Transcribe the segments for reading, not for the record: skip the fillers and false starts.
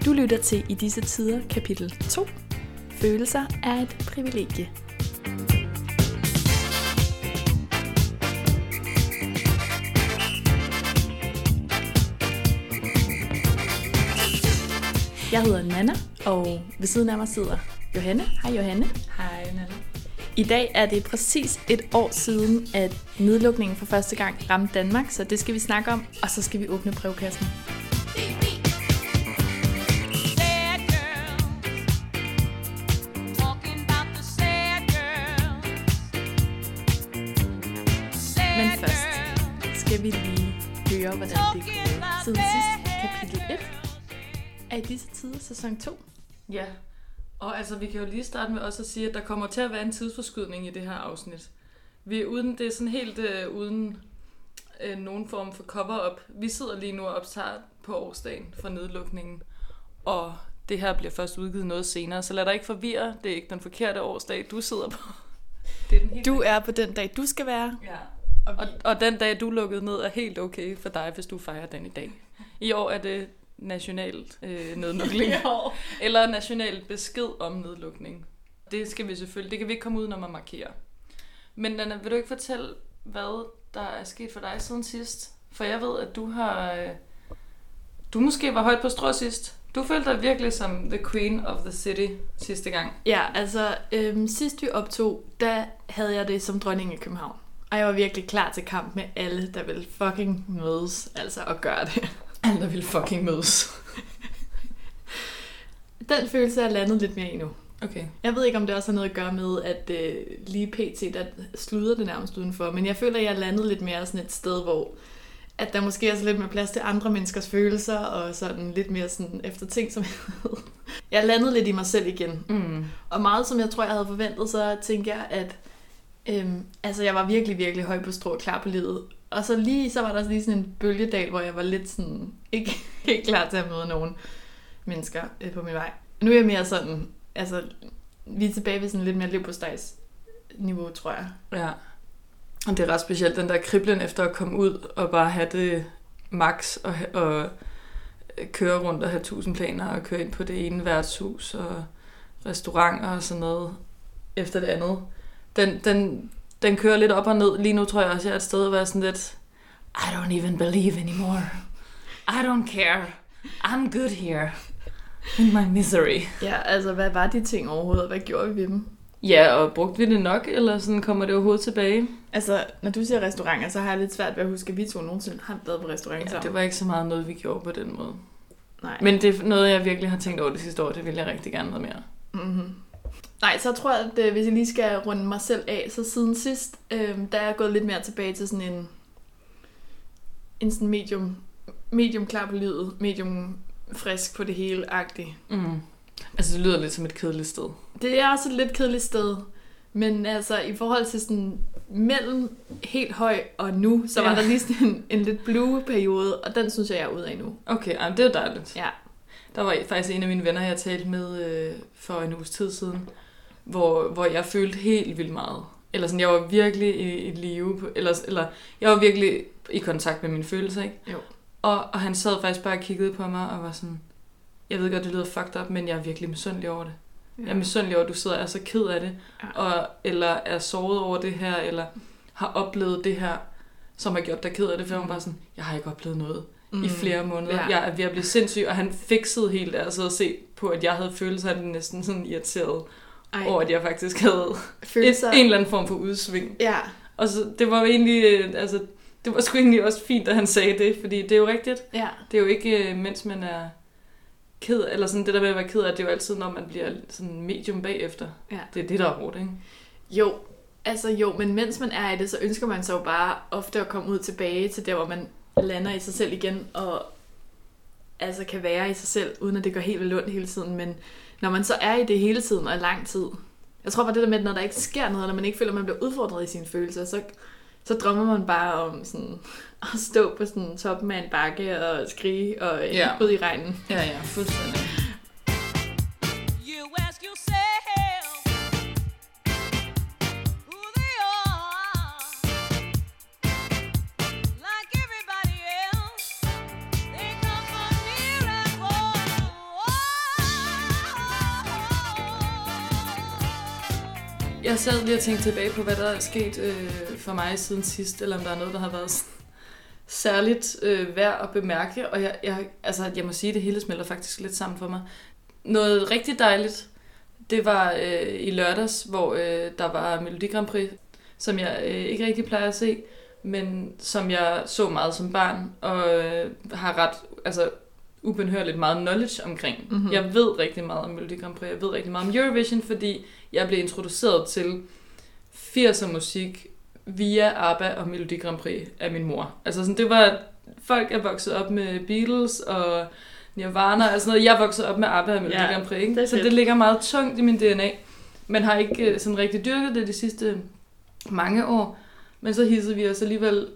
Du lytter til I disse tider kapitel 2. Følelser er et privilegie. Jeg hedder Nana, og ved siden af mig sidder Johanne. Hej Johanne. Hej Nana. I dag er det præcis et år siden, at nedlukningen for første gang ramte Danmark, så det skal vi snakke om, og så skal vi åbne brevkassen. Men først skal vi lige høre, hvordan det går siden sidst kapitel 1 af I disse tider sæson 2. Ja, og altså vi kan jo lige starte med også at sige, at der kommer til at være en tidsforskydning i det her afsnit. Vi er uden, det er sådan helt uden nogen form for cover-up. Vi sidder lige nu og optager på årsdagen for nedlukningen, og det her bliver først udgivet noget senere, så lad dig ikke forvirre, det er ikke den forkerte årsdag, du sidder på. Det er den helt du er på den dag, du skal være. Ja. Og den dag, du lukkede ned, er helt okay for dig, hvis du fejrer den i dag. I år er det nationalt nedlukning. Eller national besked om nedlukning. Det skal vi selvfølgelig, det kan vi ikke komme ud, når man markerer. Men Nana, vil du ikke fortælle, hvad der er sket for dig siden sidst? For jeg ved, at du måske var højt på strå sidst. Du følte dig virkelig som the queen of the city sidste gang. Ja, altså sidst vi optog, der havde jeg det som dronning i København. Og jeg var virkelig klar til kamp med alle, der ville fucking mødes, altså og gøre det. Alle, der ville fucking mødes. Den følelse er landet lidt mere endnu. Okay. Jeg ved ikke, om det også har noget at gøre med, at lige pt, der sluder det nærmest udenfor. Men jeg føler, at jeg er landet lidt mere sådan et sted, hvor at der måske er så lidt mere plads til andre menneskers følelser, og sådan lidt mere sådan efter ting, som jeg er landet lidt i mig selv igen. Mm. Og meget som jeg tror, jeg havde forventet, så tænker jeg, at altså jeg var virkelig, virkelig høj på strå og klar på livet. Og så var der lige sådan en bølgedal, hvor jeg var lidt sådan, ikke helt klar til at møde nogen mennesker på min vej. Nu er jeg mere sådan, altså vi er tilbage ved sådan lidt mere leverpostejs niveau, tror jeg. Ja, og det er ret specielt, den der kriblen efter at komme ud og bare have det max og køre rundt og have 1000 planer og køre ind på det ene værtshus og restauranter og sådan noget efter det andet. Den kører lidt op og ned. Lige nu tror jeg også, jeg er et sted, hvor jeg er sådan lidt I don't even believe anymore. I don't care. I'm good here. In my misery. Ja, altså hvad var de ting overhovedet? Hvad gjorde vi ved dem? Ja, og brugte vi det nok, eller sådan kommer det overhovedet tilbage? Altså, når du siger restauranter, så har jeg lidt svært ved at huske, at vi to nogensinde har været på restauranter sammen. Ja, det var ikke så meget noget, vi gjorde på den måde. Nej. Men det er noget, jeg virkelig har tænkt over det sidste år. Det vil jeg rigtig gerne noget mere. Mhm. Nej, så tror jeg, at hvis jeg lige skal runde mig selv af, så siden sidst, der er jeg gået lidt mere tilbage til sådan en sådan medium klar på livet, medium frisk på det hele-agtigt. Mm. Altså, det lyder lidt som et kedeligt sted. Det er også et lidt kedeligt sted, men altså i forhold til sådan mellem helt høj og nu, så var der lige sådan en lidt blue periode, og den synes jeg er ude af nu. Okay, det er jo dejligt. Ja. Der var faktisk en af mine venner, jeg talte med for en uges tid siden, hvor jeg følte helt vildt meget. Eller sådan, jeg var virkelig i live, eller jeg var virkelig i kontakt med mine følelser, ikke? Jo. Og han sad faktisk bare og kiggede på mig og var sådan, jeg ved godt, det lyder fucked up, men jeg er virkelig misundelig over det. Ja. Jeg er misundelig over, at du sidder og er så ked af det, eller er såret over det her, eller har oplevet det her, som har gjort dig ked af det, for han var sådan, jeg har ikke oplevet noget i flere måneder. Ja. Jeg er ved at blive sindssyg, og han fikset helt af at sidde og se på, at jeg havde følelser af det næsten sådan irriteret over, at jeg faktisk havde en eller anden form for udsving. Ja. Og så det var egentlig, det var sgu egentlig også fint, at han sagde det, fordi det er jo rigtigt. Ja. Det er jo ikke, mens man er ked, eller sådan det der med at være ked af, det er jo altid, når man bliver sådan medium bagefter. Ja. Det er det, der er hårdt, ikke? Jo, men mens man er i det, så ønsker man så jo bare ofte at komme ud tilbage til der, hvor man lander i sig selv igen, og altså kan være i sig selv, uden at det går helt vildt ondt hele tiden, men når man så er i det hele tiden og i lang tid, jeg tror bare det der med, når der ikke sker noget, når man ikke føler, at man bliver udfordret i sine følelser, så drømmer man bare om sådan at stå på sådan toppen af en bakke og skrige og ud i regnen. Ja, fuldstændig. Jeg sad lige og tænkte tilbage på, hvad der er sket for mig siden sidst, eller om der er noget, der har været særligt værd at bemærke. Og jeg må sige, at det hele smelter faktisk lidt sammen for mig. Noget rigtig dejligt, det var i lørdags, hvor der var Melodi Grand Prix, som jeg ikke rigtig plejer at se, men som jeg så meget som barn, og har ret ubenhørligt meget knowledge omkring. Mm-hmm. Jeg ved rigtig meget om Melodi Grand Prix, jeg ved rigtig meget om Eurovision, fordi jeg blev introduceret til 80'er musik via ABBA og Melodi Grand Prix af min mor. Altså sådan, det var, folk er vokset op med Beatles og Nirvana og sådan noget. Jeg voksede op med ABBA og Melodi Grand Prix, ikke? Så det ligger meget tungt i min DNA. Man har ikke sådan rigtig dyrket det de sidste mange år, men så hissede vi os alligevel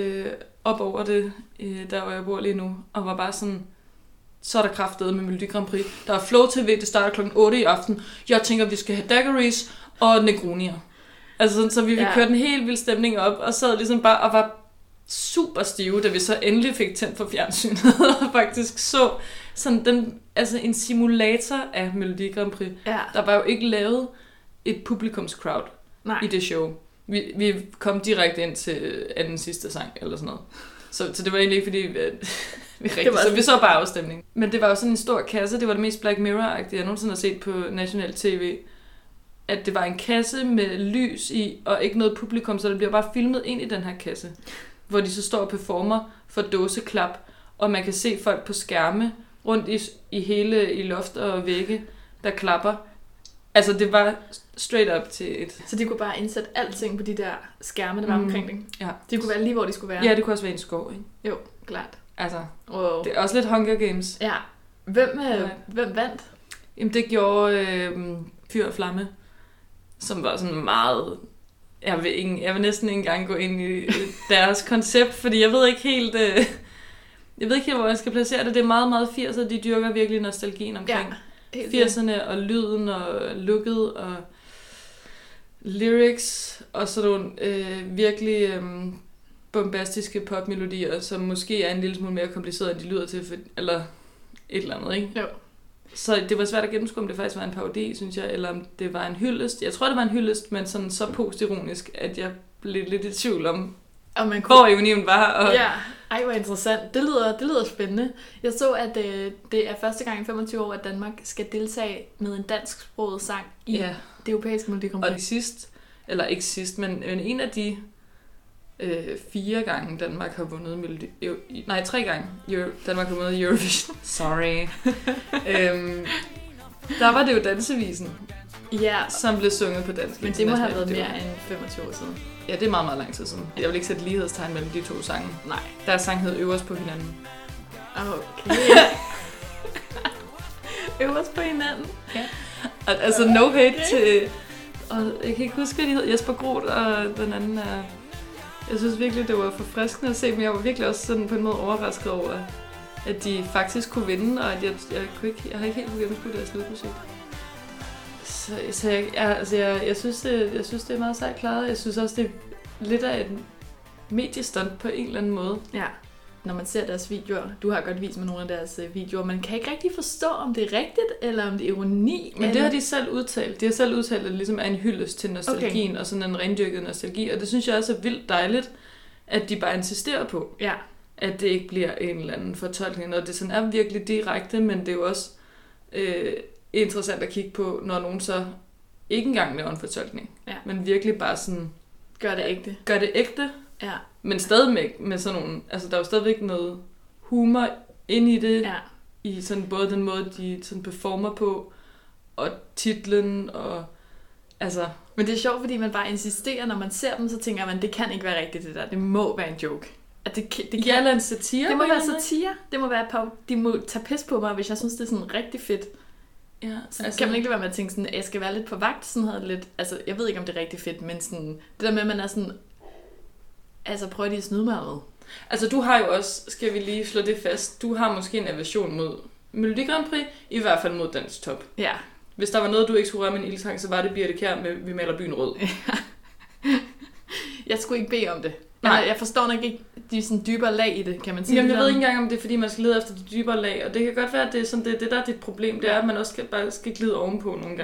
op over det, der hvor jeg bor lige nu, og var bare sådan, så er der kraftedeme med Melodi Grand Prix. Der er Flow TV, det starter klokken 8 i aften. Jeg tænker, vi skal have daiquiris og negronier. Altså sådan, så vi kørte en helt vild stemning op, og sad ligesom bare og var super stive, da vi så endelig fik tændt for fjernsynet, og faktisk så sådan en simulator af Melodi Grand Prix. Ja. Der var jo ikke lavet et publikumscrowd i det show. Vi kom direkte ind til anden sidste sang, eller sådan noget. Så det var egentlig ikke, fordi vi så bare afstemning. Men det var jo sådan en stor kasse, det var det mest Black Mirror-agtige, jeg nogensinde har set på national tv. At det var en kasse med lys i, og ikke noget publikum, så det bliver bare filmet ind i den her kasse. Hvor de så står og performer for dåseklap, og man kan se folk på skærme rundt i loft og vægge, der klapper. Altså det var straight up til et... Så de kunne bare indsætte alting på de der skærme, der var omkring det? Ja. De kunne være lige, hvor de skulle være? Ja, det kunne også være en skov, ikke? Jo, klart. Altså, det er også lidt Hunger Games. Ja. Hvem vandt? Jamen det gjorde Fyr og Flamme, som var sådan meget... Jeg vil næsten ikke engang gå ind i deres koncept, fordi jeg ved ikke helt... hvor jeg skal placere det. Det er meget, meget 80'er. De dyrker virkelig nostalgien omkring 80'erne, og lyden, og looket, og lyrics, og sådan nogle virkelig bombastiske popmelodier, som måske er en lille smule mere kompliceret, end de lyder til, eller et eller andet, ikke? Jo. Så det var svært at gennemskue, om det faktisk var en parodi, synes jeg, eller om det var en hyldest. Jeg tror, det var en hyldest, men sådan så postironisk, at jeg blev lidt i tvivl om, hvor ironien var. Og... Ja, hvor interessant. Det lyder spændende. Jeg så, at det er første gang i 25 år, at Danmark skal deltage med en dansksproget sang i det europæiske Melodi Grand Prix. Og ikke sidst, men en af de 4 gange Danmark har vundet 3 gange Danmark har vundet Eurovision. Sorry. Der var det jo dansevisen, som blev sunget på dansk. Men det må have været mere end 25 år siden. Ja, det er meget, meget lang tid siden. Jeg vil ikke sætte lighedstegn mellem de 2 sange. Nej. Der sang hed Øverst på hinanden. Okay. Øverst på hinanden. Ja. Altså no hate til... Og jeg kan ikke huske, hvad de hed. Jesper Groth, og den anden er... Jeg synes virkelig, det var forfriskende at se, men jeg var virkelig også sådan på en måde overrasket over, at de faktisk kunne vinde, og at jeg har ikke helt kunne gennemskue deres slutmusik. Så jeg synes, det er meget sejt klaret. Jeg synes også, det er lidt af et mediestunt på en eller anden måde. Ja. Når man ser deres videoer, du har godt vist med nogle af deres videoer, man kan ikke rigtig forstå, om det er rigtigt, eller om det er ironi. Men det har de selv udtalt. De har selv udtalt, at det ligesom er en hyldest til nostalgien, og sådan en rendyrket nostalgi. Og det synes jeg også er vildt dejligt, at de bare insisterer på, at det ikke bliver en eller anden fortolkning. Og det sådan er virkelig direkte, men det er jo også interessant at kigge på, når nogen så ikke engang laver en fortolkning. Ja. Men virkelig bare sådan... Gør det ægte. Gør det ægte. Ja. Men stadig med sådan nogle, altså der er jo stadigvæk noget humor ind i det, i sådan både den måde, de sådan performer på, og titlen, og altså... Men det er sjovt, fordi man bare insisterer, når man ser dem, så tænker man, det kan ikke være rigtigt det der, det må være en joke. At det kan eller en satire. Det må være satire, det må være, de må tage pis på mig, hvis jeg synes, det er sådan rigtig fedt. Ja, altså, kan man ikke lade være med at tænke sådan, jeg skal være lidt på vagt, sådan havde lidt, altså jeg ved ikke, om det er rigtig fedt, men sådan, det der med, at man er sådan, altså prøver de at snyde mig med. Altså du har jo også, skal vi lige slå det fast, du har måske en aversion mod Melodi Grand Prix, i hvert fald mod Dansk Top. Ja. Hvis der var noget, du ikke skulle røre med en ildtang, så var det Birthe Kjær med Vi maler byen rød. Ja. Jeg skulle ikke bede om det. Nej. Jeg forstår nok ikke de sådan dybere lag i det, kan man sige. Jamen, jeg ved ikke engang, om det er, fordi man skal lede efter de dybere lag, og det kan godt være, at det er sådan, det der er dit problem, det er, at man også bare skal glide ovenpå nogle gange. Ja.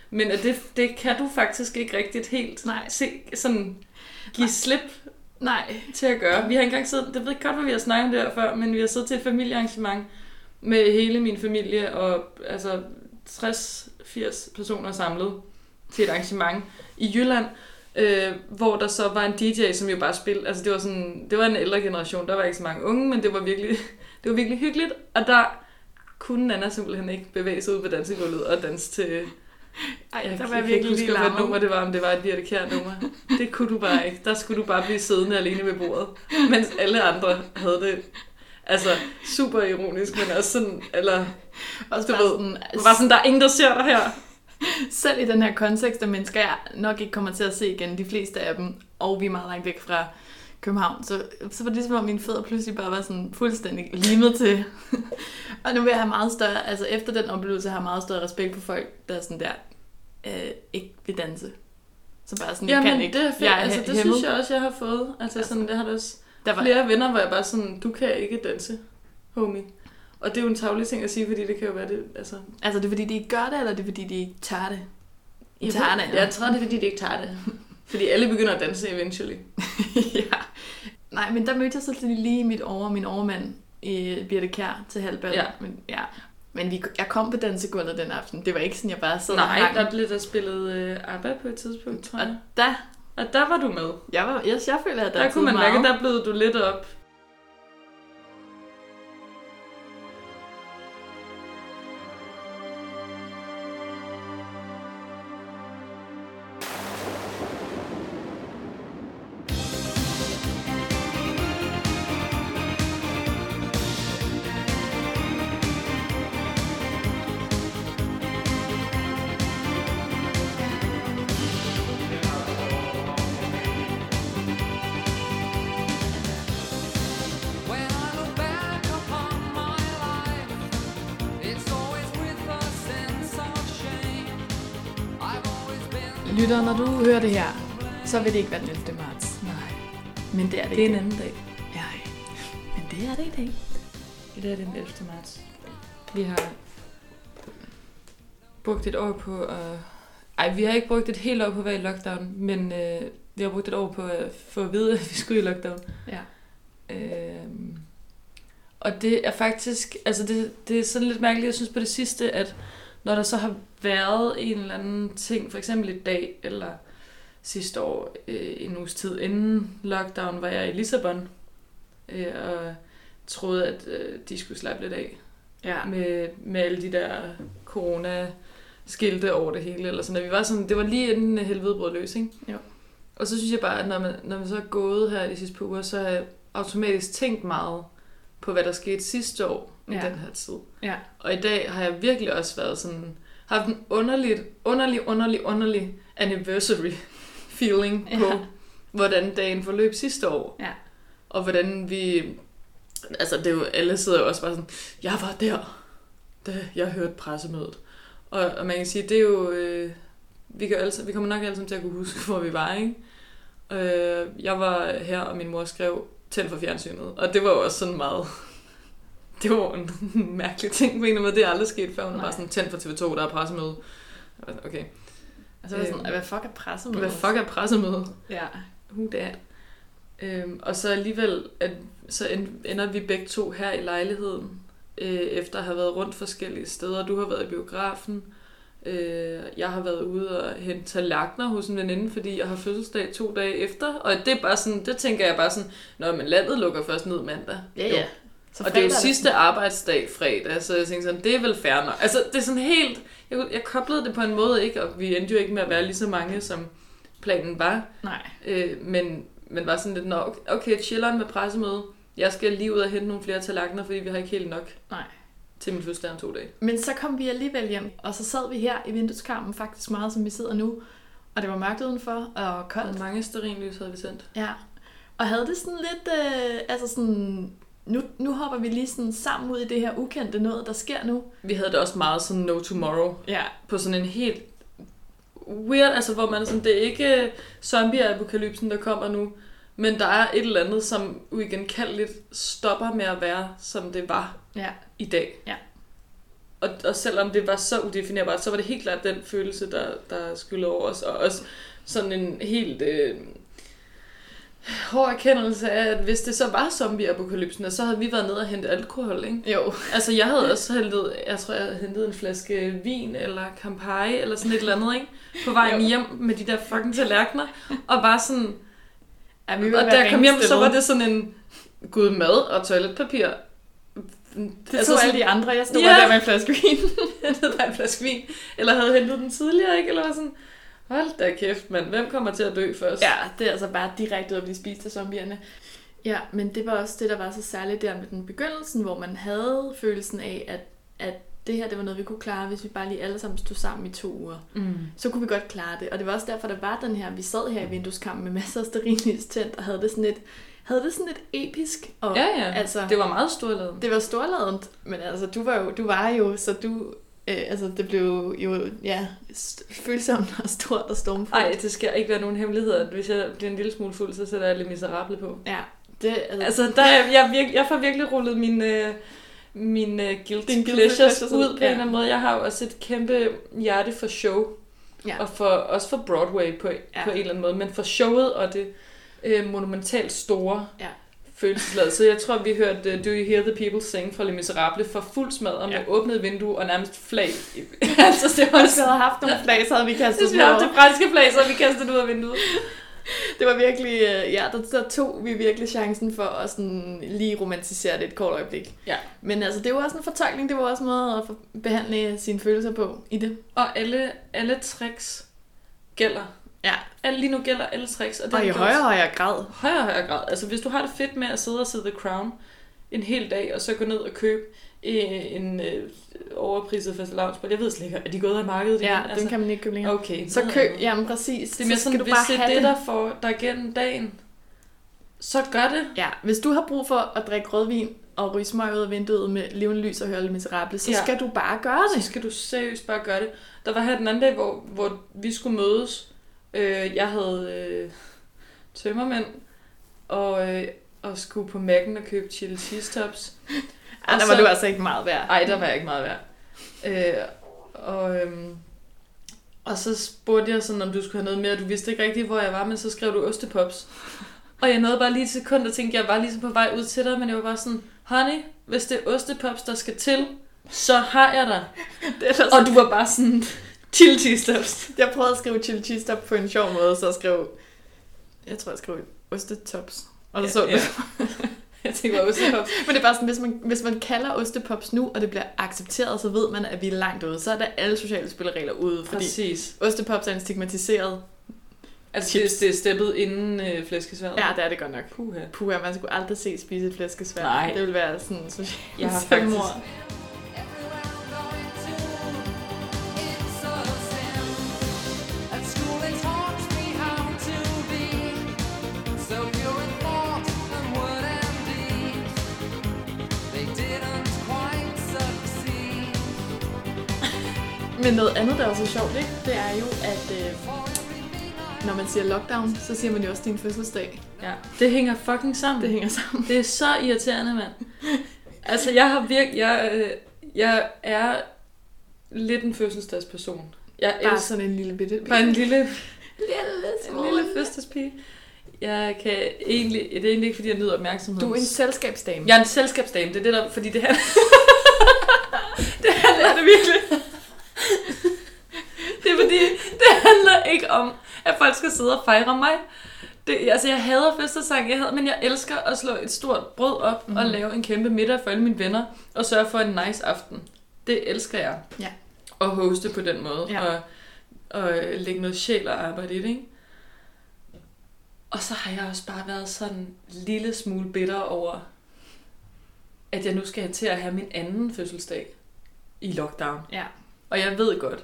Men det kan du faktisk ikke rigtigt helt give slip til at gøre. Vi har engang siddet, det ved ikke godt, hvad vi har snakket om det her før, men vi har siddet til et familiearrangement med hele min familie og altså 60-80 personer samlet til et arrangement i Jylland, hvor der så var en DJ, som jo bare spillede. Altså det var en ældre generation, der var ikke så mange unge, men det var virkelig hyggeligt, og der kunne Nana simpelthen ikke bevæge sig ud på dansegulvet og danse til... der var virkelig huske, hvad nummer det var, om det var et Birthe Kjær nummer. Det kunne du bare ikke. Der skulle du bare blive siddende alene ved bordet, mens alle andre havde det altså super ironisk, men også sådan, eller også var sådan, der er ingen, der ser dig her. Selv i den her kontekst af mennesker, jeg nok ikke kommer til at se igen, de fleste af dem, og vi er meget langt væk fra København, så var det ligesom, at mine fødder pludselig bare var sådan fuldstændig limet til. Og nu vil jeg have meget større, altså efter den oplevelse, har jeg meget større respekt for folk, der er sådan der, ikke vil danse. Så bare sådan, jeg kan ikke. Det er fedt. Altså, det synes jeg også, jeg har fået. Altså sådan, det har der også flere venner, hvor jeg bare sådan, du kan ikke danse, homie. Og det er jo en tavlig ting at sige, fordi det kan jo være det, altså det er fordi, de ikke gør det, eller det er fordi, de ikke tager det? Jeg tror, det er fordi, de ikke tager det. Fordi alle begynder at danse eventually. Ja. Nej, men der mødte jeg så lige min overmand i Birthe Kjær til halvbal. Ja. Men jeg kom på dansegulvet den aften. Det var ikke sådan, jeg bare sad og hang. Nej, der blev der spillet ABBA på et tidspunkt, tror jeg. Og der var du med. Jeg føler, at der kunne man mærke, der blev du lidt op. Lytter, når du hører det her, så vil det ikke være den 11. marts. Nej. Men det er det ikke. Det er en anden dag. Ja, men det er det i dag. I dag er det den 11. marts. Vi har brugt et år på at... vi har ikke brugt et helt år på at være i lockdown, men vi har brugt et år på at få at vide, at vi skulle i lockdown. Ja. Og det er faktisk... Altså, det er sådan lidt mærkeligt, jeg synes på det sidste, at når der så har været en eller anden ting, for eksempel i dag, eller sidste år, en uges tid inden lockdown, var jeg i Lissabon, og troede, at de skulle slappe lidt af. Ja. Med alle de der corona-skilte over det hele, eller sådan. Vi var sådan, det var lige inden helvede brød løs, ikke? Jo. Og så synes jeg bare, at når man så er gået her de sidste par uger, så har jeg automatisk tænkt meget på, hvad der skete sidste år i den her tid. Ja. Og i dag har jeg virkelig også været sådan, haft en underlig anniversary feeling på, hvordan dagen forløb sidste år. Ja. Og hvordan vi, altså det er jo, alle sidder jo også bare sådan, jeg var der, da jeg hørte pressemødet. Og man kan sige, det er jo, vi kommer nok alle sammen til at kunne huske, hvor vi var, ikke? Jeg var her, og min mor skrev, tænd for fjernsynet. Og det var jo også sådan meget... Det var en mærkelig ting på en måde. Det er aldrig sket før. Hun var bare sådan, tænd for TV2, der er pressemøde. Okay. Altså sådan, hvad fuck er pressemøde? Hvad fuck er pressemøde? Ja. Who that? Og så alligevel, så ender vi begge to her i lejligheden, efter at have været rundt forskellige steder. Du har været i biografen. Jeg har været ude og hente tallerkener hos en veninde, fordi jeg har fødselsdag 2 dage efter. Og det er bare sådan, det tænker jeg bare sådan, men landet lukker først ned mandag. Ja. Så og det er jo sidste arbejdsdag fredag, så jeg tænker sådan, det er vel fair nok. Altså, det er sådan helt... Jeg koblede det på en måde, ikke? Og vi endte jo ikke med at være lige så mange, som planen var. Nej. Men var sådan lidt, okay, chilleren med pressemøde. Jeg skal lige ud og hente nogle flere tallerkener, fordi vi har ikke helt nok til min fødselsdag om 2 dage. Men så kom vi alligevel hjem, og så sad vi her i vindueskarmen faktisk meget, som vi sidder nu. Og det var mørkt udenfor, og koldt. Og mange stearinlys havde vi tændt. Ja. Og havde det sådan lidt, altså sådan... Nu hopper vi lige sådan sammen ud i det her ukendte noget, der sker nu. Vi havde det også meget sådan no tomorrow. Ja. På sådan en helt weird, altså hvor man sådan, det er ikke zombie-apokalypsen, der kommer nu, men der er et eller andet, som uigenkaldeligt stopper med at være, som det var i dag. Ja. Og selvom det var så udefinerbart, så var det helt klart den følelse, der skyllede over os. Og også sådan en helt hård erkendelse af, at hvis det så var zombie-apokalypsen, så havde vi været nede og hentet alkohol, ikke? Jo. Altså jeg havde også jeg havde hentet en flaske vin eller Campari eller sådan et eller andet, ikke? På vejen hjem med de der fucking tallerkener. Og bare sådan... Ja, og da jeg kom hjem, så var det sådan en... Gud, mad og toiletpapir. Det altså tog alle de andre. Jeg stod der med en flaske vin. Jeg hentede bare en flaske vin. Eller havde hentet den tidligere, ikke? Eller var sådan... Hold da kæft, mand. Hvem kommer til at dø først? Ja, det er altså bare direkte ud at blive spist af zombierne. Ja, men det var også det, der var så særligt der med den begyndelsen, hvor man havde følelsen af, at det her, det var noget, vi kunne klare, hvis vi bare lige alle sammen stod sammen i 2 uger. Så kunne vi godt klare det. Og det var også derfor, der var den her, vi sad her i vindueskampen med masser af stearinlys tændt, og havde det sådan et episk. Og, ja. Altså, det var meget storladent. Det var storladent, men altså, du var jo, så du... altså, det blev jo, følsomt og stort og stormfuldt. Ej, det skal ikke være nogen hemmeligheder. Hvis jeg bliver en lille smule fuld, så sætter jeg lidt miserable på. Ja. Jeg får virkelig rullet min guilty pleasures ud på en eller anden måde. Jeg har jo også et kæmpe hjerte for show. Ja. Og også for Broadway på en eller anden måde. Men for showet og det monumentalt store følelsesladet. Så jeg tror, vi hørte Do You Hear the People Sing fra Les Miserables for fuld smadret med åbnet vindue og nærmest flag. Altså, det var, hvis vi havde haft nogle flag, så havde vi kastet det ud. Hvis vi havde haft det franske flag, så havde vi kastet det ud af vinduet. Det var virkelig, der tog vi virkelig chancen for at sådan lige romantisere det et kort øjeblik. Ja. Men altså, det var også en fortolkning, det var også en måde at behandle sine følelser på i det. Og alle tricks gælder. Ja. Lige nu gælder alle tricks. Og i højere grad. Højere grad. Altså, hvis du har det fedt med at sidde og se The Crown en hel dag, og så gå ned og købe en overpriset fastelavnsbolle. Jeg ved slet ikke, er de gået af markedet igen? Ja, den altså, kan man ikke købe længere. Okay. Så køb, jamen præcis. Det er mere sådan, hvis det er det, der får dig gennem dagen, så gør det. Ja, hvis du har brug for at drikke rødvin og ryge smøg ud af vinduet med levende lys og høre Les Miserables, så skal du bare gøre det. Så skal du seriøst bare gøre det. Der var her den anden dag, hvor vi skulle mødes. Jeg havde tømmermænd og skulle på Mac'en og købe chili cheese tops. Der var du altså ikke meget værd. Ej, der var jeg ikke meget værd. Og så spurgte jeg sådan, om du skulle have noget mere. Du vidste ikke rigtigt, hvor jeg var, men så skrev du ostepops. Og jeg nåede bare lige et sekund og tænkte, jeg var ligesom på vej ud til dig, men jeg var bare sådan, honey, hvis det er ostepops, der skal til, så har jeg dig. Og du var bare sådan, chili cheese tops. Jeg prøvede at skrive chili cheese tops på en sjov måde, så jeg skrev ostetops. Og så det. Jeg tænker bare ostepops. Men det er bare sådan, hvis man kalder ostepops nu, og det bliver accepteret, så ved man, at vi er langt ude. Så er der alle sociale spilleregler ude. Fordi ostepops er en stigmatiseret altså det er steppet inden flæskesværd. Ja, det er det godt nok. Puha, man skulle aldrig spise et flæskesværd. Nej. Det ville være sådan socialt. Jeg har faktisk... Men noget andet, der er så sjovt, ikke? Det er jo, at når man siger lockdown, så siger man jo også din fødselsdag. Ja, det hænger fucking sammen. Det hænger sammen. Det er så irriterende, mand. Altså, jeg er lidt en fødselsdagsperson. Bare sådan en lille bitte. Bare en lille fødselsdagspige. Jeg kan egentlig... Det er egentlig ikke, fordi jeg nyder opmærksomhed. Du er en selskabsdame. Jeg er en selskabsdame. Det er det, der... Fordi det her... det handler det virkelig... Det er fordi, det handler ikke om, at folk skal sidde og fejre mig. Jeg hader fødselsdagssang, men jeg elsker at slå et stort brød op og lave en kæmpe middag for alle mine venner og sørge for en nice aften. Det elsker jeg. Ja. Og hoste på den måde. Ja. Og lægge noget sjæl og arbejde i det, ikke? Og så har jeg også bare været sådan en lille smule bitter over, at jeg nu skal have til at have min anden fødselsdag i lockdown. Ja. Og jeg ved godt,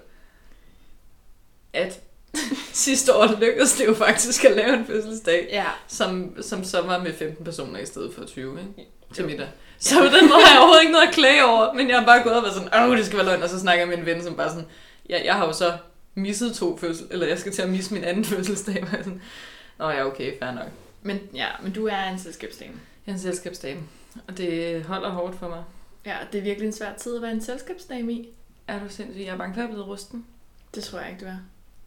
at sidste år lykkedes det jo faktisk at lave en fødselsdag, som så var med 15 personer i stedet for 20, ikke? Til middag. Så på den måde har jeg overhovedet ikke noget at klage over, men jeg har bare gået og været sådan, det skal være løgn, og så snakker jeg med en ven, som bare sådan, jeg har jo så misset 2 fødselsdage, eller jeg skal til at misse min anden fødselsdag, og sådan, nå ja, okay, fair nok. Men du er en selskabsdame. Jeg er en selskabsdame, og det holder hårdt for mig. Ja, det er virkelig en svær tid at være en selskabsdame i. Er du sindssyg? Jeg er bange for, at jeg er blevet rusten. Det tror jeg ikke, du er.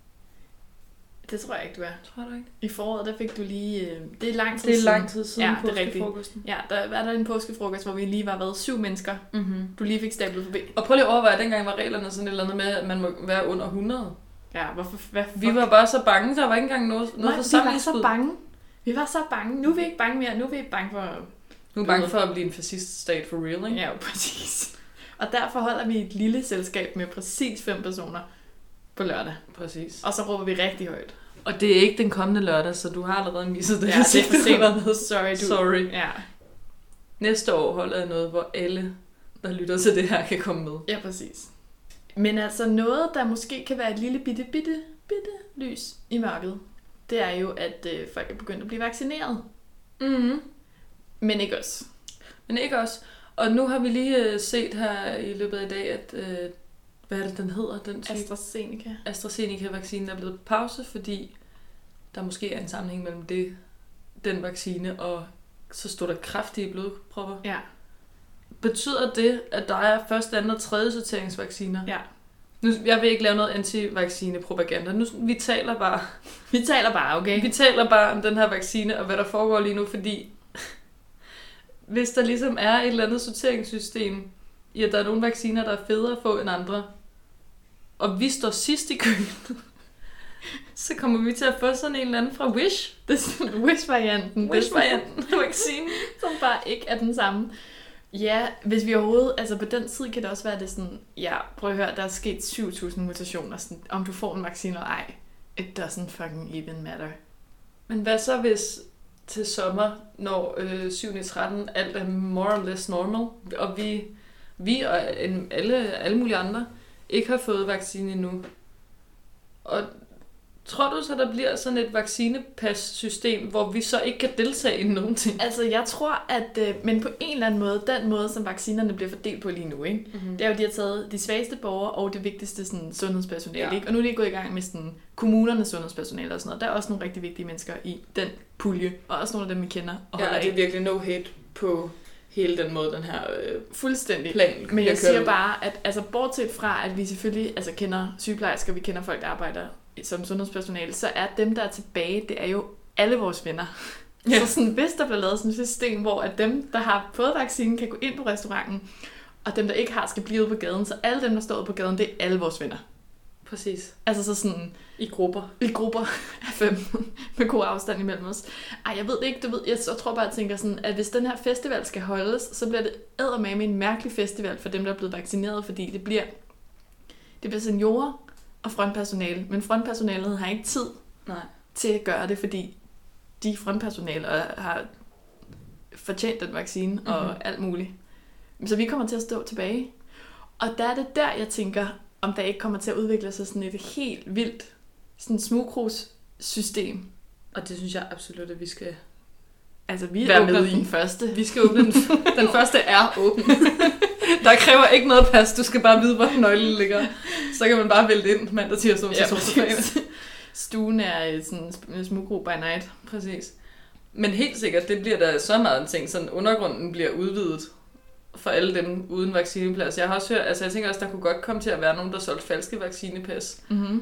Det tror jeg ikke, du er. Tror du ikke? I foråret, der fik du lige... Det er lang tid Det er siden. lang tid siden Ja, det er rigtigt. påskefrokosten. Ja, der var der en påskefrokost, hvor vi lige var været 7 mennesker. Mm-hmm. Du lige fik stablet forbi. Og prøv lige at overveje, at dengang var reglerne sådan et eller andet med, at man må være under 100. Ja, hvorfor? Hvad fuck? Vi var bare så bange, der var ikke engang noget Nej, vi var forsamlingsspyd. så bange. Vi var så bange. Nu er vi ikke bange mere. Nu er vi ikke bange for... Nu er vi bange for at blive en fasciststat for real, ikke? Ja, præcis. Og derfor holder vi et lille selskab med præcis 5 personer på lørdag. Præcis. Og så råber vi rigtig højt. Og det er ikke den kommende lørdag, så du har allerede misset det. Ja, det er for sent. Sorry, du. Sorry. Ja. Næste år holder jeg noget, hvor alle, der lytter til det her, kan komme med. Ja, præcis. Men altså noget, der måske kan være et lille bitte lys i mørket, det er jo, at folk er begyndt at blive vaccineret. Mhm. Men ikke os. Men ikke også. Og nu har vi lige set her i løbet af i dag, at hvad er det, den hedder? Den type? AstraZeneca. AstraZeneca-vaccinen er blevet på pause, fordi der måske er en sammenhæng mellem den vaccine, og så står der kraftige blodpropper. Ja. Betyder det, at der er første, anden og tredje sorteringsvacciner? Ja. Nu, jeg vil ikke lave noget anti-vaccine-propaganda. Nu, vi taler bare, okay? Vi taler bare om den her vaccine, og hvad der foregår lige nu, fordi hvis der ligesom er et eller andet sorteringssystem, i at der er nogle vacciner, der er federe at få end andre, og vi står sidst i køen, så kommer vi til at få sådan en eller anden fra Wish. Det er sådan Wish-varianten. Wish-varianten af vaccinen. Som bare ikke er den samme. Ja, hvis vi overhovedet... Altså på den tid kan det også være det sådan... Ja, prøv at høre, der er sket 7.000 mutationer. Sådan, om du får en vaccine eller ej. It doesn't fucking even matter. Men hvad så hvis til sommer, når 7.13, alt er more or less normal, og vi og alle mulige andre ikke har fået vaccine endnu? Og tror du så, der bliver sådan et vaccinepas-system, hvor vi så ikke kan deltage i nogen ting? Altså, jeg tror, at... Men på en eller anden måde, den måde, som vaccinerne bliver fordelt på lige nu, ikke? Mm-hmm. Det er jo, de har taget de svageste borgere og det vigtigste sådan, sundhedspersonale, Ja. ikke? Og nu er de gået i gang med sådan, kommunernes sundhedspersonale og sådan noget. Der er også nogle rigtig vigtige mennesker i den pulje, og også nogle af dem, vi kender og holder Ja, det er af. virkelig no hate på hele den måde, den her Fuldstændig. plan. Men jeg siger bare, at altså, bortset fra, at vi selvfølgelig altså, kender sygeplejersker, vi kender folk, der arbejder som sundhedspersonale, så er dem, der er tilbage, det er jo alle vores venner. Ja. Så sådan, hvis der bliver lavet sådan et system, hvor at dem, der har fået vaccinen, kan gå ind på restauranten, og dem, der ikke har, skal blive ude på gaden, så alle dem, der står ude på gaden, det er alle vores venner. Præcis. Altså så sådan... I grupper. I grupper af 5, med god afstand imellem os. Ej, jeg ved det ikke, du ved, jeg tror bare, jeg tænker sådan, at hvis den her festival skal holdes, så bliver det eddermame en mærkelig festival for dem, der er blevet vaccineret, fordi det bliver seniorer og frontpersonale, men frontpersonalet har ikke tid til at gøre det, fordi de frontpersonale har fortjent den vaccine og alt muligt. Så vi kommer til at stå tilbage. Og der er det der, jeg tænker, om der ikke kommer til at udvikle sig sådan et helt vildt sådan smugkrus-system. Og det synes jeg absolut, at vi skal Altså, vi være åbner med i. den første. Vi skal åbne den. Den første er åben. Der kræver ikke noget pas. Du skal bare vide, hvor nøglen ligger. Så kan man bare vælte ind mandag, tirsdag, onsdag, torsdag, fredag. Stuen er sådan en smugkro by night. Præcis. Men helt sikkert, det bliver der så meget en ting. Sådan undergrunden bliver udvidet for alle dem uden vaccineplads. Jeg har også hørt, altså jeg tænker også, der kunne godt komme til at være nogen, der solgte falske vaccinepas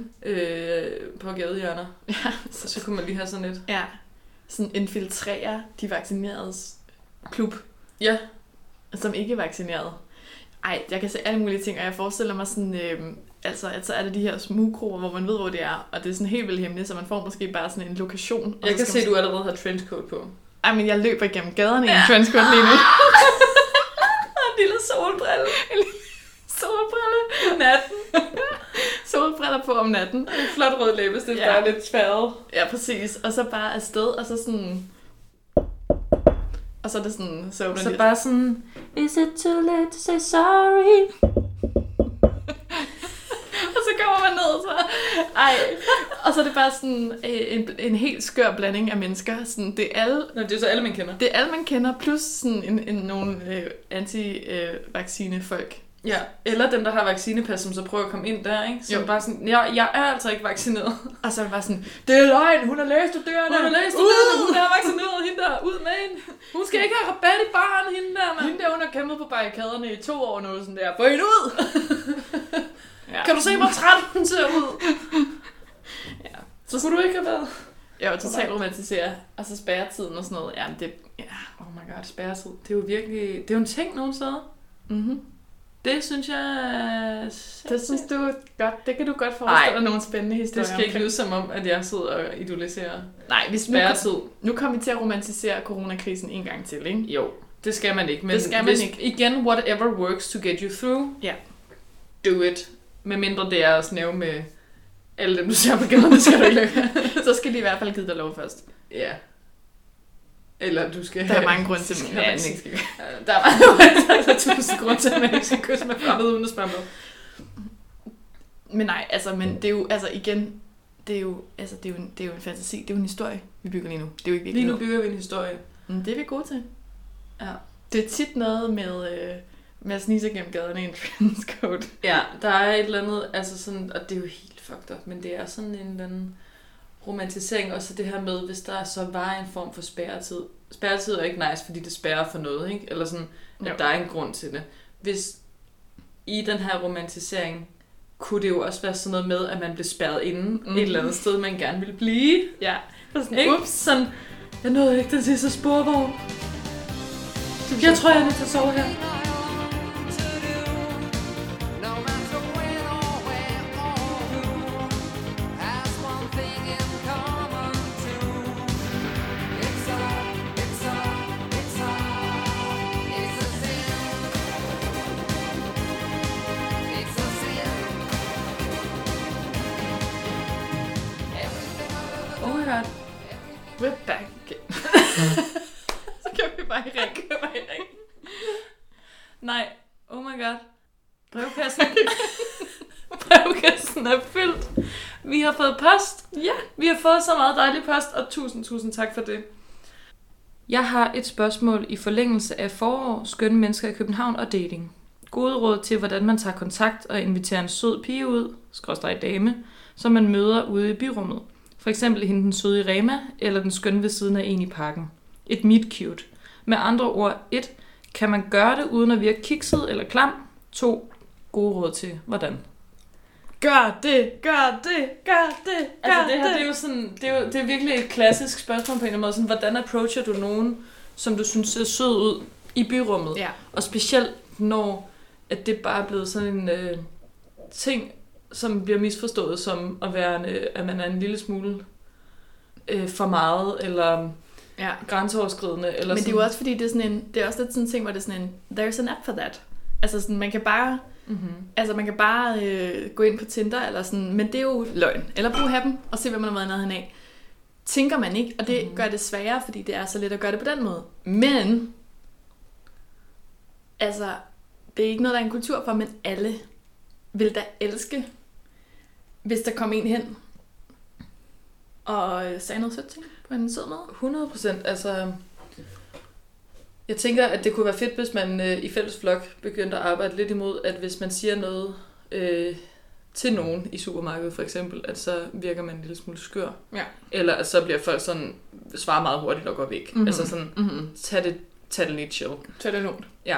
på gadehjørner. Ja. Så kunne man lige have sådan et. Ja. Sådan infiltrere de vaccineredes klub. Ja. Som ikke er vaccineret. Ej, jeg kan se alle mulige ting, og jeg forestiller mig sådan, altså, at så er det de her smugkroer, hvor man ved, hvor det er, og det er sådan helt vildt hemmeligt, så man får måske bare sådan en lokation. Jeg kan se, at du allerede har trenchcoat på. Ej, men jeg løber igennem gaderne i en trenchcoat lige nu. En lille solbrille. En lille solbrille. Natten. Solbriller på om natten. En flot rød læbestift, der er lidt tværet. Ja, præcis. Og så bare afsted, og så sådan... Og så er det sådan... Så bare sådan... Is it too late to say sorry? Og så kommer man ned, så... Ej. Og så er det bare sådan en helt skør blanding af mennesker. Sådan, det er alle... Nå, det er så alle, man kender. Det er alle, man kender, plus sådan nogle anti-vaccine folk. Ja, eller dem, der har vaccinepas, som så prøver at komme ind der, ikke? Som bare sådan, jeg er altså ikke vaccineret. Og så er det bare sådan, det er løgn, hun er lægestuderende. Hun er vaccineret, hende der, ud med hende. Hun skal ikke have rabat i baren, hende der, mand. Hende der, hun har kæmpet på barrikaderne i 2 år nu, sådan der, få hende ud! Kan du se, hvor træt hun ser ud? Så skulle du ikke have været. Jeg var totalt romantiseret. Og så spærretiden og sådan noget. Jamen det, oh my god, spærretid. Det er jo virkelig, det er jo en ting nogle steder. Mhm. Det synes jeg... Det synes du godt. Det kan du godt forestille dig nogle spændende historier. Det skal ikke lyde som om, at jeg sidder og idoliserer. Nej, vi spærretid. Nu kommer vi til at romantisere coronakrisen en gang til, ikke? Jo, det skal man ikke. Men det skal man ikke. Igen, whatever works to get you through. Ja. Do it. Med mindre det er at snæve med alle dem, du ser på gaden, det skal du ikke. Så skal de i hvert fald give dig lov først. Ja. Eller du skal... Der er mange grunde til, at man ikke skal. Der er 1000 grunde til, at man ikke skal kysse med fremmede uden at spørge med. Men nej, altså, men det er jo, altså igen, det er jo en fantasi, det er jo en historie, vi bygger lige nu. Det er jo ikke virkelig. Lige nu bygger vi en historie. Det er vi gode til. Ja. Det er tit noget med at snige sig gennem gaderne i en trendscoat. Ja, der er et eller andet, altså sådan, og det er jo helt fucked up, men det er sådan en eller anden romantisering, også det her med, hvis der så var en form for spærretid. Spærretid er ikke nice, fordi det spærrer for noget, ikke? Eller sådan, at der er en grund til det. Hvis i den her romantisering, kunne det jo også være sådan noget med, at man blev spærret inde et eller andet sted, man gerne ville blive. Ja. Sådan, ups, sådan, jeg nåede ikke den sidste sporvogn. Jeg tror, jeg er nødt til at sove her. We're back again. Så kan vi bare i ring. Nej, oh my god. Brevkassen er fyldt. Vi har fået post. Ja. Vi har fået så meget dejlig post, og tusind tak for det. Jeg har et spørgsmål i forlængelse af forår, skønne mennesker i København og dating. Gode råd til, hvordan man tager kontakt og inviterer en sød pige ud, /dame, som man møder ude i byrummet. For eksempel hende den søde i Rema, eller den skønne ved siden af en i parken. Et meet cute. Med andre ord, 1. Kan man gøre det uden at virke kikset eller klam? 2. Gode råd til, hvordan? Gør det. Altså det her, det er jo sådan, det er virkelig et klassisk spørgsmål på en eller anden måde. Sådan, hvordan approacher du nogen, som du synes ser sød ud i byrummet? Ja. Og specielt når at det bare er blevet sådan en ting, som bliver misforstået som at være, at man er en lille smule for meget, eller grænseoverskridende. Eller men sådan. det er jo også fordi, det er også lidt sådan en ting, hvor det er sådan en, there's an app for that. Altså sådan, man kan bare, gå ind på Tinder, eller sådan, men det er jo løgn. Eller bruge appen, og se, hvad man har været i nærheden af. Tænker man ikke, og det gør det sværere, fordi det er så let at gøre det på den måde. Men, altså, det er ikke noget, der er en kultur for, men alle vil da elske, hvis der kom en hen og sagde noget sødt ting på en sød måde. 100%. Altså, jeg tænker, at det kunne være fedt, hvis man i fælles flok begyndte at arbejde lidt imod, at hvis man siger noget til nogen i supermarkedet for eksempel, at så virker man en lille smule skør. Ja. Eller at så bliver folk sådan, svarer meget hurtigt og går væk. Mm-hmm. Altså sådan, tag det lidt chill. Tag det lånt. Ja.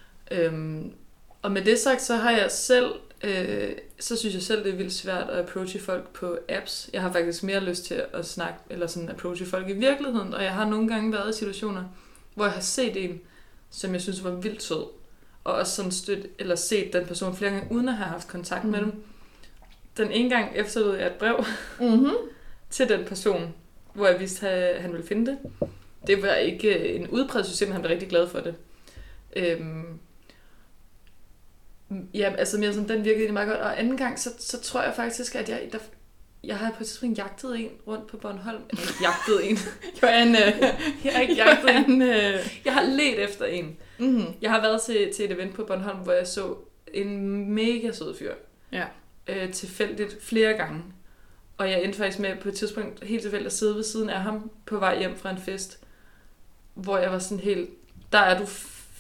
Og med det sagt, så har jeg selv, så synes jeg selv, det er vildt svært at approache folk på apps. Jeg har faktisk mere lyst til at snakke, eller sådan approache folk i virkeligheden, og jeg har nogle gange været i situationer, hvor jeg har set en, som jeg synes var vildt sød, og også sådan stødt, eller set den person flere gange, uden at have haft kontakt med dem. Den ene gang efterlod jeg et brev til den person, hvor jeg vidste, at han ville finde det. Det var ikke en udbredt succes, men han var rigtig glad for det. Ja, altså mere sådan, den virkede egentlig meget godt. Og anden gang, så tror jeg faktisk, at jeg har på et tidspunkt jagtet en rundt på Bornholm. Eller ikke jagtet en. Jeg har ikke jagtet en. Jeg har ledt efter en. Mm-hmm. Jeg har været til et event på Bornholm, hvor jeg så en mega sød fyr. Ja. Tilfældigt flere gange. Og jeg endte faktisk med på et tidspunkt helt tilfældigt at sidde ved siden af ham på vej hjem fra en fest, hvor jeg var sådan helt, der er du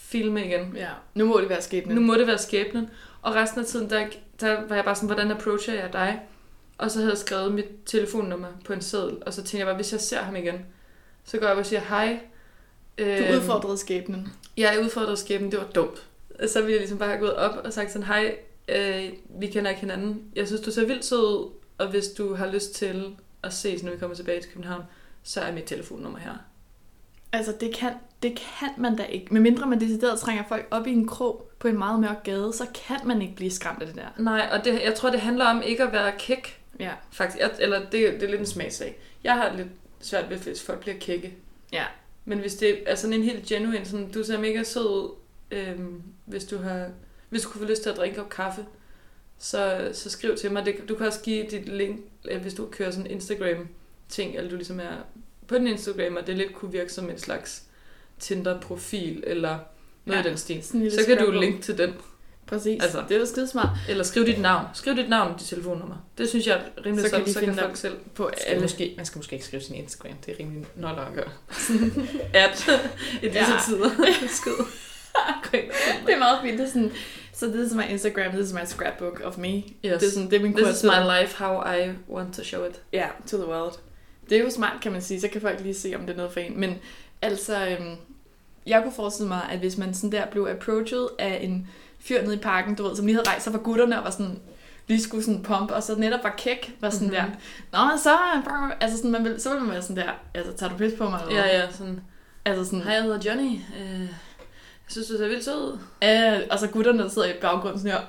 filme igen. Ja, nu må det være skæbnen. Nu må det være skæbnen. Og resten af tiden, der var jeg bare sådan, hvordan approacher jeg dig? Og så havde jeg skrevet mit telefonnummer på en seddel, og så tænkte jeg bare, hvis jeg ser ham igen, så går jeg op og siger hej. Du udfordrede skæbnen. Ja, jeg udfordrede skæbnen, det var dumt. Så ville jeg ligesom bare have gået op og sagt sådan, hej, vi kender ikke hinanden. Jeg synes, du ser vildt sød ud, og hvis du har lyst til at ses, når vi kommer tilbage til København, så er mit telefonnummer her. Altså, det kan man da ikke. Medmindre man decideret trænger folk op i en krog på en meget mørk gade, så kan man ikke blive skræmt af det der. Nej, og jeg tror, det handler om ikke at være kæk. Ja. Faktisk, eller det er lidt en smagssag. Jeg har lidt svært ved, hvis folk bliver kække. Ja. Men hvis det er sådan en helt genuine, sådan, du ser mega sød ud, hvis du kunne få lyst til at drikke op kaffe, så skriv til mig. Du kan også give dit link, hvis du kører sådan en Instagram-ting, eller du ligesom er på din Instagram, og det lidt kunne virke som en slags Tinder-profil, eller noget i den stil. Så kan du linke til den. Præcis, altså, det er jo skidesmart. Eller skriv dit navn. Skriv dit navn og dit telefonnummer. Det synes jeg er rimelig sådan, så kan folk selv på alle. Man skal måske ikke skrive sin Instagram. Det er rimelig noller at gøre. At i disse tider. Skid. Det er meget fint. Det er sådan, so this is my Instagram, this is my scrapbook of me. Yes. Det er sådan, det er min this is my life, how I want to show it. Ja, yeah, to the world. Det er jo smart, kan man sige. Så kan folk lige se, om det er noget for en. Men altså, jeg kunne forestille mig, at hvis man sådan der blev approached af en fyr nede i parken, du ved, som lige havde rejst sig fra gutterne og var sådan, lige skulle sådan pump, og så netop var kæk, var sådan der. Nå, så, altså sådan, så ville man være sådan der, altså, tager du pis på mig? Eller? Ja, sådan. Altså sådan, hej, jeg hedder Johnny. Jeg synes, du ser vildt sød ud. Og så gutterne, der sidder i baggrunden sådan her.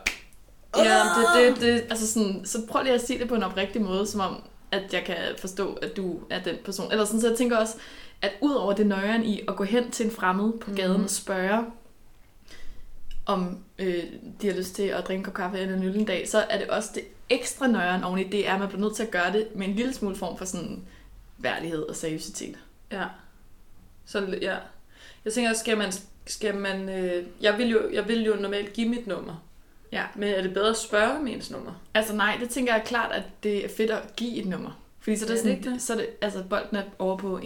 Ja, det. Altså sådan, så prøv lige at sige det på en oprigtig måde, som om, at jeg kan forstå, at du er den person. Eller sådan, så jeg tænker også, at ud over det nøjeren i at gå hen til en fremmed på gaden og spørge, om de har lyst til at drikke en kop kaffe eller en øl en dag, så er det også det ekstra nøjeren oveni, det er, at man bliver nødt til at gøre det med en lille smule form for sådan værdighed og seriøsitet. Ja. Så ja. Jeg tænker, skal man jeg vil jo normalt give mit nummer. Ja. Men er det bedre at spørge om ens nummer? Altså nej, det tænker jeg klart, at det er fedt at give et nummer. Fordi så er det sådan, det? Så er det, altså bolden er over på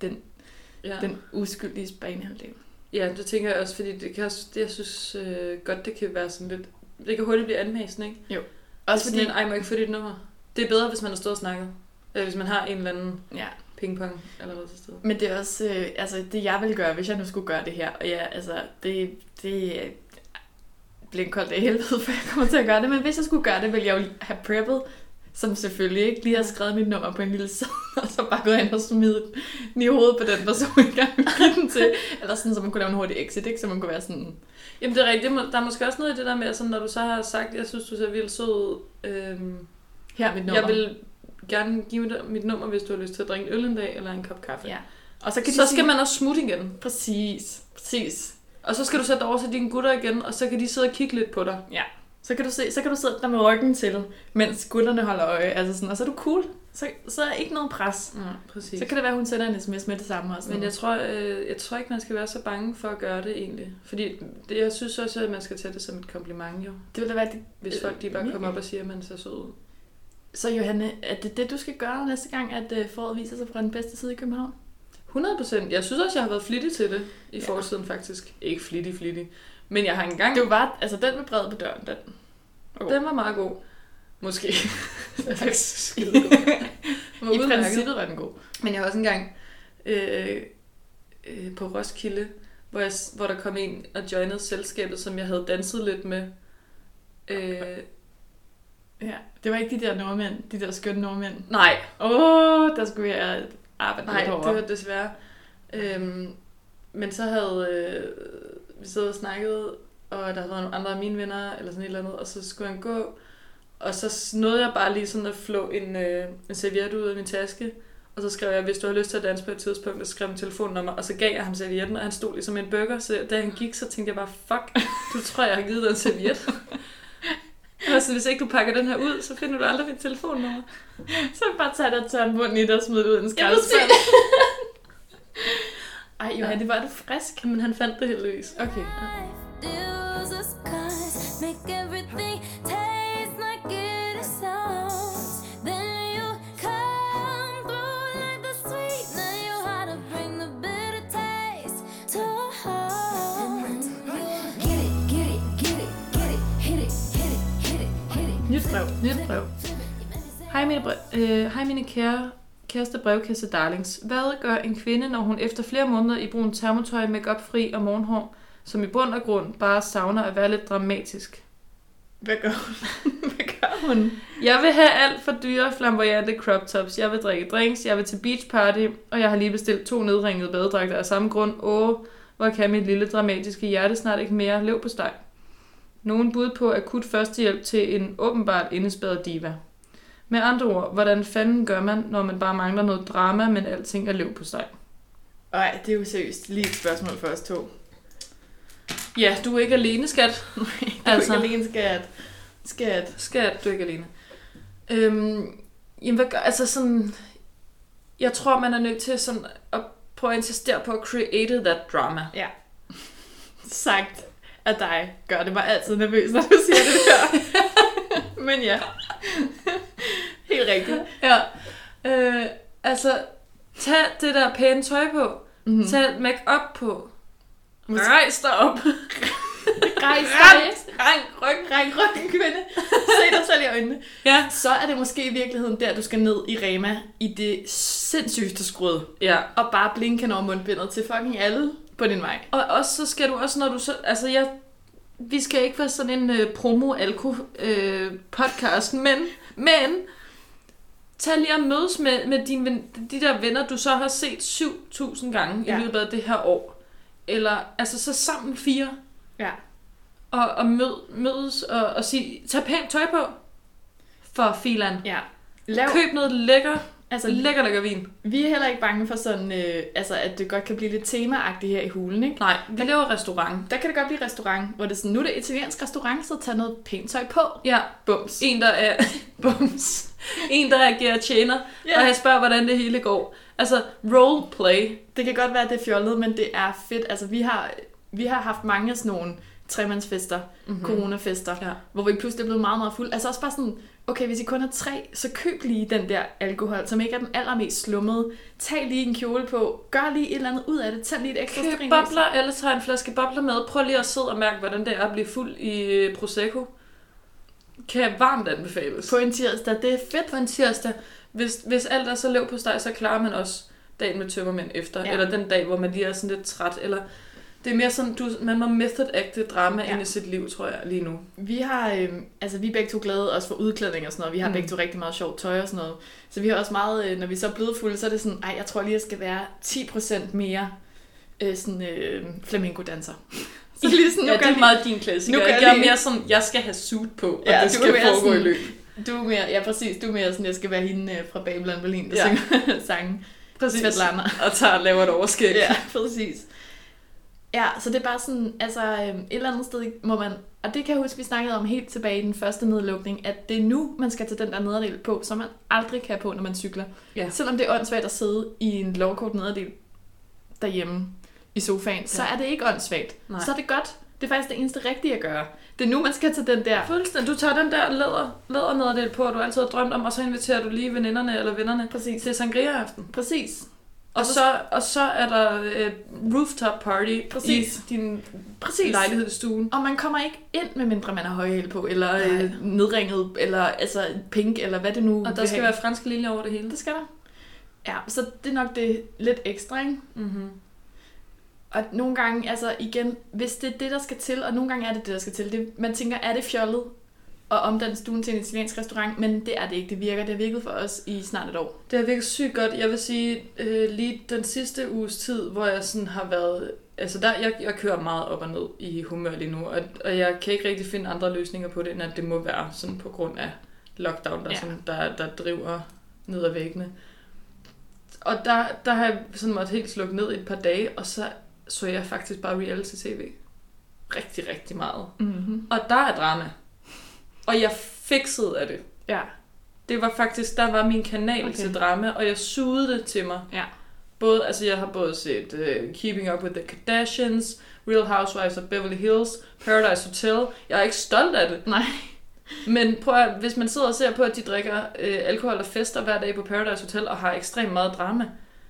den uskyldige banehalvdel. Ja, det tænker jeg også, fordi jeg synes godt, det kan være sådan lidt, det kan hurtigt blive anmæsende, ikke? Jo. Også fordi, må ikke få dit nummer. Det er bedre, hvis man har stået og snakket. Hvis man har en eller anden pingpong allerede til stedet. Men det er også, altså det jeg vil gøre, hvis jeg nu skulle gøre det her, og ja, altså det bliver en kold dag i helvede, for jeg kommer til at gøre det, men hvis jeg skulle gøre det, ville jeg jo have preppet, som selvfølgelig ikke lige har skrevet mit nummer på en lille seddel, og så bare gået ind og smidt den i hovedet på den person, jeg gerne vil give den til. Eller sådan, så man kunne lave en hurtig exit, ikke? Så man kunne være sådan... Jamen det er rigtigt. Der er måske også noget i det der med, sådan, når du så har sagt, jeg synes, du ser vildt sød ud. Her er mit nummer. Jeg vil gerne give mit nummer, hvis du har lyst til at drikke øl en dag, eller en kop kaffe. Ja. Og så skal man også smutte igen. Præcis. Og så skal du sætte over til dine gutter igen, og så kan de sidde og kigge lidt på dig. Ja. Så kan du sidde der med ryggen til, mens gutterne holder øje, altså sådan, og så er du cool. Så er ikke noget pres. Ja, præcis. Så kan det være, hun sender en sms med det samme. Og sådan. Men jeg tror ikke, man skal være så bange for at gøre det egentlig. Fordi jeg synes også, at man skal tage det som et kompliment jo. Det vil da være det. Hvis folk de bare kommer op og siger, at man ser sød ud. Så Johanne, er det du skal gøre næste gang, at foråret viser sig fra den bedste side i København? 100%. Jeg synes også, jeg har været flittig til det i forsiden faktisk. Ikke flittig. Men jeg har engang... Det var altså den med brevet på døren, den. Den var meget god. Måske. Det er faktisk skide god. I princippet var den god. Men jeg har også engang på Roskilde, hvor der kom en og joinede selskabet, som jeg havde danset lidt med. Ja, det var ikke de der nordmænd, de der skønne nordmænd. Nej. Der skulle jeg arbejde lidt over. Nej, det var desværre. Men så havde vi siddet og snakket, og der havde været nogle andre af mine venner, eller sådan et eller andet, og så skulle han gå, og så nåede jeg bare lige sådan at flå en serviet ud af min taske, og så skrev jeg, hvis du har lyst til at danse på et tidspunkt, og skrev mit telefonnummer, og så gav jeg ham servietten, og han stod ligesom en burger, så da han gik, så tænkte jeg bare, fuck, du tror, jeg har givet dig en serviet. Altså, hvis ikke du pakker den her ud, så finder du aldrig mit telefonnummer. Så bare tage dig tørre munden i det og smide det ud i en skraldespand. Ej, Johan, det var du frisk. Men han fandt det heldigvis. Okay. Nyt brev. Hej mine kæreste brevkasse darlings. Hvad gør en kvinde, når hun efter flere måneder i brun termotøj, make-up fri og morgenhår, som i bund og grund bare savner at være lidt dramatisk? Hvad gør hun? Jeg vil have alt for dyre, flamboyante crop tops. Jeg vil drikke drinks, jeg vil til beach party, og jeg har lige bestilt 2 nedringede badedragter af samme grund. Hvor kan mit lille dramatiske hjerte snart ikke mere lev på steg? Nogen bud på akut førstehjælp til en åbenbart indespærret diva. Med andre ord, hvordan fanden gør man, når man bare mangler noget drama, men alting er lev på steg? Ej, det er jo seriøst lige et spørgsmål for os to. Ja, du er ikke alene, skat. Nej, du er ikke alene, skat. Skat, du er ikke alene. Jamen, hvad gør, altså sådan... Jeg tror, man er nødt til sådan at prøve at insistere på at create that drama. Ja. Sagt af dig gør det mig altid nervøs, når du siger det der. Men ja. Helt rigtigt. Ja. Altså, tag det der pæne tøj på. Mm-hmm. Tag make-up på. Rejs dig op. Rank ryggen, kvinde. Se dig selv i øjnene. Ja. Så er det måske i virkeligheden der, du skal ned i Rema i det sindssygste skrud. Ja. Og bare blinke over mundbindet til fucking alle på din vej. Og også så skal du også, når du så... Altså, vi skal ikke være sådan en promo-alko-podcast, men tag lige at mødes med de der venner, du så har set 7.000 gange i løbet af det her år. Eller altså så sammen 4. Ja. Og mødes og sige, tag pænt tøj på for filan. Ja. Køb noget lækker vin. Vi er heller ikke bange for sådan, at det godt kan blive lidt temaagtigt her i hulen, ikke? Nej, vi laver restaurant. Der kan det godt blive restaurant, hvor det er sådan, nu er det italiensk restaurant, så tag noget pænt tøj på. Ja. Bums. En, der er bums. En, der agerer tjener, og jeg spørger, hvordan det hele går. Altså, roleplay. Det kan godt være, at det er fjollet, men det er fedt. Altså, vi har haft mange af sådan nogle tremandsfester, coronafester, hvor vi pludselig er blevet meget, meget fulde. Altså også bare sådan, okay, hvis I kun er 3, så køb lige den der alkohol, som ikke er den allermest slummede. Tag lige en kjole på, gør lige et eller andet ud af det, tag lige et ekstra køb bobler, eller tag en flaske bobler med. Prøv lige at sidde og mærke, hvordan det er at blive fuld i Prosecco. Kan varmt anbefales. På en tirsdag, det er fedt. På en tirsdag. Hvis alt er så lev på steg, så klarer man også dagen med tømmermænd efter. Ja. Eller den dag, hvor man lige er sådan lidt træt, eller... Det er mere sådan, man må method-acte drama ind i sit liv, tror jeg, lige nu. Vi har, vi er begge to glade også for udklædning og sådan noget. Vi har begge to rigtig meget sjovt tøj og sådan noget. Så vi har også meget, når vi så er blevet fulde, så er det sådan, jeg tror lige, jeg skal være 10% mere flamenco-danser. Så lige sådan, det er meget din klassiker. Jeg er mere sådan, jeg skal have suit på, og det skal foregå i løb. Du er mere, ja præcis, du er mere sådan, jeg skal være hende fra Babylon Berlin, der synger sange. Præcis. Svetlana. Og laver et overskæg. Ja, præcis. Ja, så det er bare sådan, et eller andet sted må man, og det kan jeg huske, vi snakkede om helt tilbage i den første nedlukning, at det er nu, man skal tage den der nederdel på, som man aldrig kan på, når man cykler. Ja. Selvom det er åndssvagt at sidde i en lovkort nederdel derhjemme i sofaen, så er det ikke åndssvagt. Nej. Så er det godt. Det er faktisk det eneste rigtige at gøre. Det er nu, man skal tage den der... Fuldstændig. Du tager den der læder nederdel på, du altid har drømt om, og så inviterer du lige veninderne eller vennerne til sangria-aften. Præcis. Og så er der rooftop party i din lejlighed i stuen. Og man kommer ikke ind, med mindre man har højhæle på, eller nedringet, eller pink, eller hvad det nu og der skal være franske linjer over det hele. Det skal der. Ja, så det er nok det lidt ekstra, ikke? Mm-hmm. Og nogle gange, igen, hvis det er det, der skal til, og nogle gange er det det, der skal til. Man tænker, er det fjollet at omdanne stuen til en italiensk restaurant, men det er det ikke. Det har virket for os i snart et år. Det har virket sygt godt. Jeg vil sige, lige den sidste uges tid, hvor jeg sådan har været... Altså jeg kører meget op og ned i humør lige nu, og jeg kan ikke rigtig finde andre løsninger på det, end at det må være sådan på grund af lockdown, der driver ned ad væggene. Og der har jeg sådan måtte helt slukke ned et par dage, og så jeg faktisk bare reality-tv. Rigtig, rigtig meget. Mm-hmm. Og der er drama. Og jeg fixede af det. Ja. Det var faktisk, der var min kanal til drama, og jeg sugede det til mig. Ja. Jeg har både set Keeping Up with the Kardashians, Real Housewives of Beverly Hills, Paradise Hotel. Jeg er ikke stolt af det. Nej. Men prøv at, hvis man sidder og ser på, at de drikker alkohol og fester hver dag på Paradise Hotel, og har ekstremt meget drama.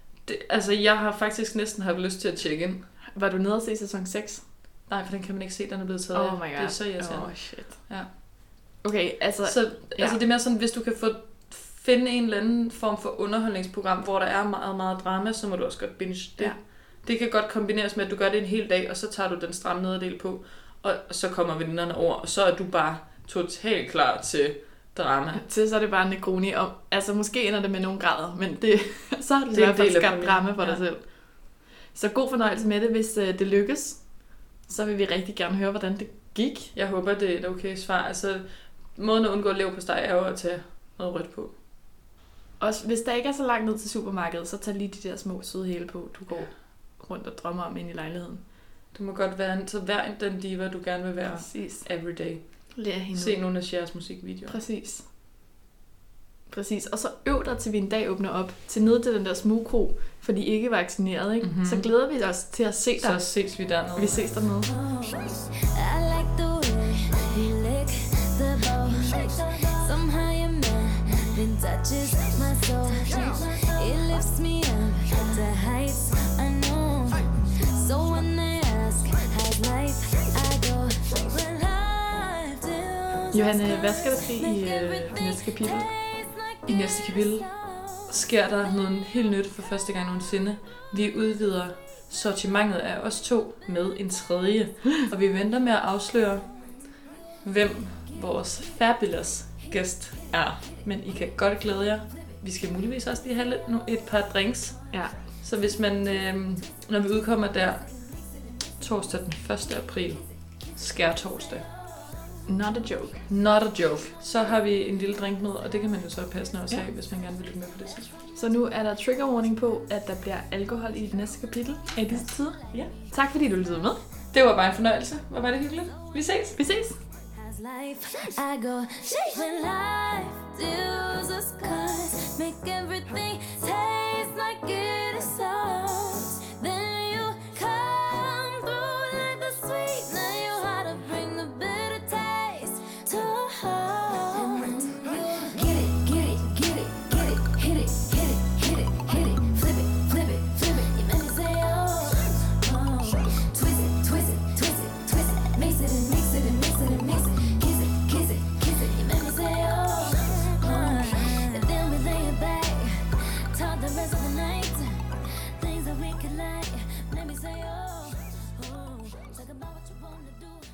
Jeg har faktisk næsten haft lyst til at tjekke ind. Var du nede og se sæson 6? Nej, for den kan man ikke se, den er blevet taget af. Oh my god. Det er så irriterende. Oh shit. Ja. Okay, altså... Så det er mere sådan, hvis du kan finde en eller anden form for underholdningsprogram, hvor der er meget, meget drama, så må du også godt binge det. Ja. Det kan godt kombineres med, at du gør det en hel dag, og så tager du den stramme nederdel på, og så kommer veninderne over, og så er du bare totalt klar til drama. Så er det bare Negroni om. Altså måske ender det med nogle grader, men så har du i hvert fald skabt drama for dig selv. Så god fornøjelse med det, hvis det lykkes. Så vil vi rigtig gerne høre, hvordan det gik. Jeg håber, det er et okay svar. Altså, måden at undgå leverpostej er jo at tage noget rødt på. Også hvis der ikke er så langt ned til supermarkedet, så tag lige de der små søde hæle på, du går rundt og drømmer om ind i lejligheden. Du må godt være den diva, du gerne vil være. Præcis. Everyday. Lær hende. Se nogle af Shers musikvideoer. Præcis. Og så øv dig til, vi en dag åbner op til ned til den der smugkro, for de ikke er vaccineret, ikke? Mm-hmm. Så glæder vi os til at se dig. Så ses vi dernede. Vi ses dernede. Johanne, hvad skal der ske i næste kapitel? I næste kapitel sker der noget helt nyt for første gang nogensinde. Vi udvider sortimentet af os to med en tredje, og vi venter med at afsløre, hvem vores fabulous gæst er. Men I kan godt glæde jer. Vi skal muligvis også lige have et par drinks. Ja. Så hvis man, når vi udkommer der torsdag den 1. april, skærtorsdag. Not a joke. Not a joke. Så har vi en lille drink med, og det kan man jo så passende også have, hvis man gerne vil lytte med på det tidspunkt. Så nu er der trigger warning på, at der bliver alkohol i det næste kapitel af disse tider. Ja. Tak fordi du lyttede med. Det var bare en fornøjelse. Hvor var det hyggeligt. Vi ses. Vi ses. I go when life deals us cards, make everything taste like it is sauce. Then you come through like the sweet. Now you how to bring the bitter taste to heart. Get it, get it, get it, get it, hit it, hit it, hit it, hit it, flip it, flip it, flip it. You make me say oh, oh. Twist it, twist it, twist it, twist it, mix it and mix it and mix it and mix it. The rest of the night, things that we could like. Let me say, oh, talk about what you wanna do.